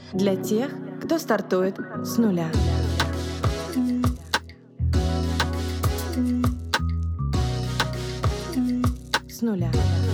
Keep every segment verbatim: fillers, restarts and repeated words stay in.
Для тех, кто стартует с нуля. С нуля.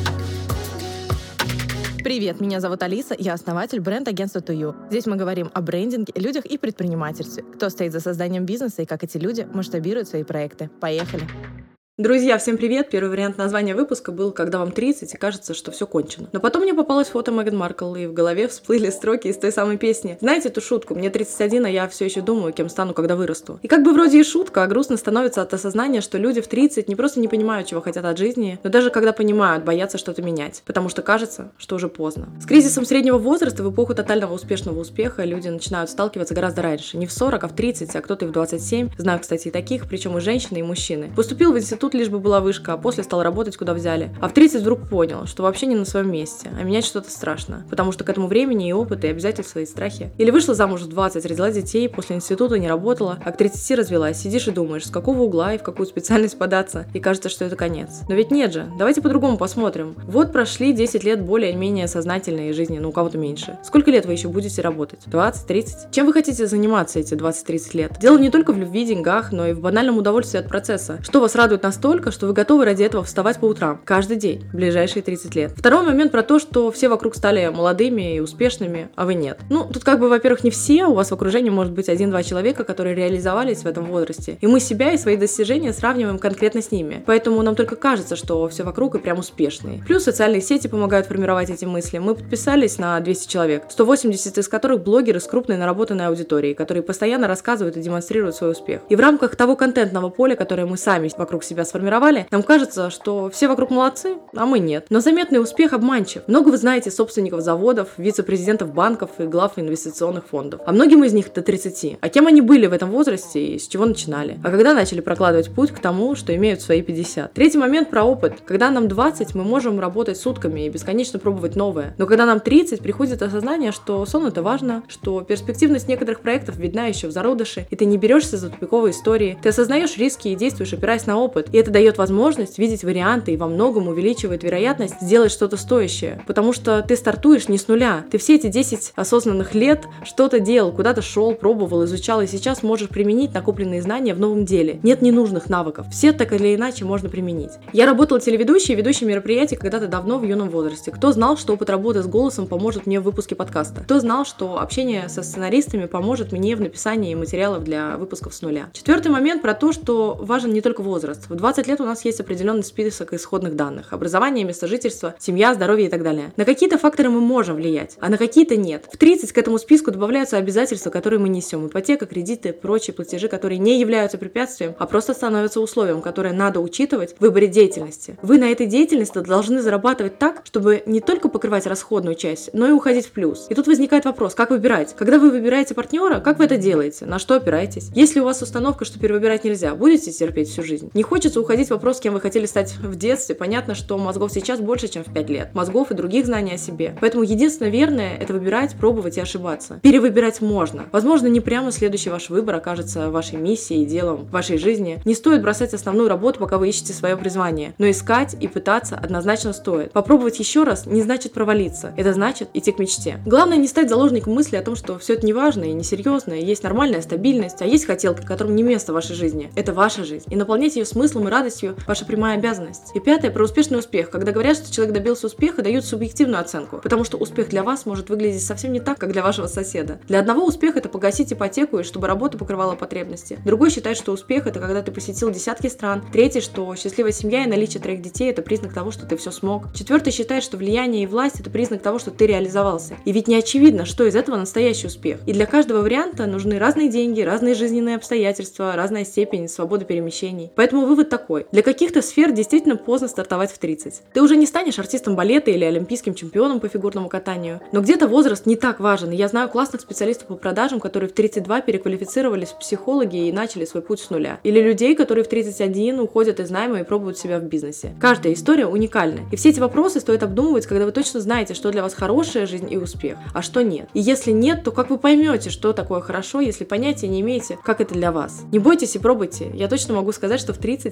Привет, меня зовут Алиса, я основатель бренд-агентства ту ю. Здесь мы говорим о брендинге, людях и предпринимательстве. Кто стоит за созданием бизнеса и как эти люди масштабируют свои проекты. Поехали! Друзья, всем привет! Первый вариант названия выпуска был «Когда вам тридцать» и кажется, что все кончено. Но потом мне попалось фото Меган Маркл, и в голове всплыли строки из той самой песни. Знаете эту шутку? Мне тридцать один, а я все еще думаю, кем стану, когда вырасту. И как бы вроде и шутка, а грустно становится от осознания, что люди в тридцать не просто не понимают, чего хотят от жизни, но даже когда понимают, боятся что-то менять. Потому что кажется, что уже поздно. С кризисом среднего возраста в эпоху тотального успешного успеха люди начинают сталкиваться гораздо раньше. Не в сорок, а в тридцать, а кто-то и в двадцать семь. Знаю, кстати, и таких, причем и женщины, и мужчины. Поступил в институт, лишь бы была вышка, а после стал работать, куда взяли. А в тридцать вдруг понял, что вообще не на своем месте, а менять что-то страшно, потому что к этому времени и опыт, и обязательства, и страхи. Или вышла замуж в двадцать, родила детей, после института не работала, а к тридцати развелась. Сидишь и думаешь, с какого угла и в какую специальность податься, и кажется, что это конец. Но ведь нет же, давайте по-другому посмотрим. Вот прошли десять лет более-менее сознательной жизни, ну у кого-то меньше. Сколько лет вы еще будете работать? двадцать, тридцать? Чем вы хотите заниматься эти двадцать-тридцать лет? Дело не только в любви, деньгах, но и в банальном удовольствии от процесса. Что вас радует настолько, что вы готовы ради этого вставать по утрам, каждый день, в ближайшие тридцать лет. Второй момент про то, что все вокруг стали молодыми и успешными, а вы нет. Ну, тут как бы, во-первых, не все, у вас в окружении может быть один-два человека, которые реализовались в этом возрасте. И мы себя и свои достижения сравниваем конкретно с ними. Поэтому нам только кажется, что все вокруг и прям успешные. Плюс социальные сети помогают формировать эти мысли. Мы подписались на двести человек, сто восемьдесят из которых блогеры с крупной наработанной аудиторией, которые постоянно рассказывают и демонстрируют свой успех. И в рамках того контентного поля, которое мы сами вокруг себя сформировали, нам кажется, что все вокруг молодцы, а мы нет. Но заметный успех обманчив. Много вы знаете собственников заводов, вице-президентов банков и глав инвестиционных фондов. А многим из них до тридцати. А кем они были в этом возрасте и с чего начинали? А когда начали прокладывать путь к тому, что имеют свои пятьдесят? Третий момент про опыт. Когда нам двадцать, мы можем работать сутками и бесконечно пробовать новое. Но когда нам тридцать, приходит осознание, что сон это важно, что перспективность некоторых проектов видна еще в зародыше, и ты не берешься за тупиковые истории. Ты осознаешь риски и действуешь, опираясь на опыт. И это дает возможность видеть варианты и во многом увеличивает вероятность сделать что-то стоящее. Потому что ты стартуешь не с нуля. Ты все эти десять осознанных лет что-то делал, куда-то шел, пробовал, изучал, и сейчас можешь применить накопленные знания в новом деле. Нет ненужных навыков. Все так или иначе можно применить. Я работала телеведущей и ведущей мероприятий когда-то давно в юном возрасте. Кто знал, что опыт работы с голосом поможет мне в выпуске подкаста? Кто знал, что общение со сценаристами поможет мне в написании материалов для выпусков с нуля? Четвертый момент про то, что важен не только возраст. В двадцать лет у нас есть определенный список исходных данных: образование, место жительства, семья, здоровье и так далее. На какие-то факторы мы можем влиять, а на какие-то нет. В тридцать к этому списку добавляются обязательства, которые мы несем: ипотека, кредиты, прочие платежи, которые не являются препятствием, а просто становятся условием, которое надо учитывать в выборе деятельности. Вы на этой деятельности должны зарабатывать так, чтобы не только покрывать расходную часть, но и уходить в плюс. И тут возникает вопрос: как выбирать? Когда вы выбираете партнера, как вы это делаете? На что опираетесь? Если у вас установка, что перевыбирать нельзя, будете терпеть всю жизнь? Не хочется уходить в вопрос, кем вы хотели стать в детстве. Понятно, что мозгов сейчас больше, чем в пять лет. Мозгов и других знаний о себе. Поэтому единственное верное — это выбирать, пробовать и ошибаться. Перевыбирать можно. Возможно, не прямо следующий ваш выбор окажется вашей миссией и делом в вашей жизни. Не стоит бросать основную работу, пока вы ищете свое призвание. Но искать и пытаться однозначно стоит. Попробовать еще раз не значит провалиться. Это значит идти к мечте. Главное не стать заложником мысли о том, что все это неважно и несерьезно, и есть нормальная стабильность, а есть хотелки, которым не место в вашей жизни. Это ваша жизнь. И наполнять ее смыслом и радостью — ваша прямая обязанность. И пятое, про успешный успех. Когда говорят, что человек добился успеха, дают субъективную оценку, потому что успех для вас может выглядеть совсем не так, как для вашего соседа. Для одного успех — это погасить ипотеку и чтобы работа покрывала потребности. Другой считает, что успех — это когда ты посетил десятки стран. Третий, что счастливая семья и наличие троих детей — это признак того, что ты все смог. Четвертый считает, что влияние и власть — это признак того, что ты реализовался. И ведь не очевидно, что из этого настоящий успех. И для каждого варианта нужны разные деньги, разные жизненные обстоятельства, разная степень свободы перемещений. Поэтому вывод такой: для каких-то сфер действительно поздно стартовать в тридцать. Ты уже не станешь артистом балета или олимпийским чемпионом по фигурному катанию, но где-то возраст не так важен. И я знаю классных специалистов по продажам, которые в тридцать два переквалифицировались в психологи и начали свой путь с нуля. Или людей, которые в тридцать один уходят из найма и пробуют себя в бизнесе. Каждая история уникальна. И все эти вопросы стоит обдумывать, когда вы точно знаете, что для вас хорошая жизнь и успех, а что нет. И если нет, то как вы поймете, что такое хорошо, если понятия не имеете, как это для вас? Не бойтесь и пробуйте. Я точно могу сказать, что в тридцать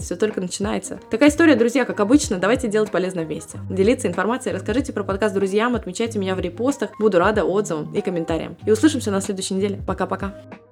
все только начинается. Такая история, друзья, как обычно, давайте делать полезно вместе. Делиться информацией, расскажите про подкаст друзьям, отмечайте меня в репостах, буду рада отзывам и комментариям. И услышимся на следующей неделе. Пока-пока.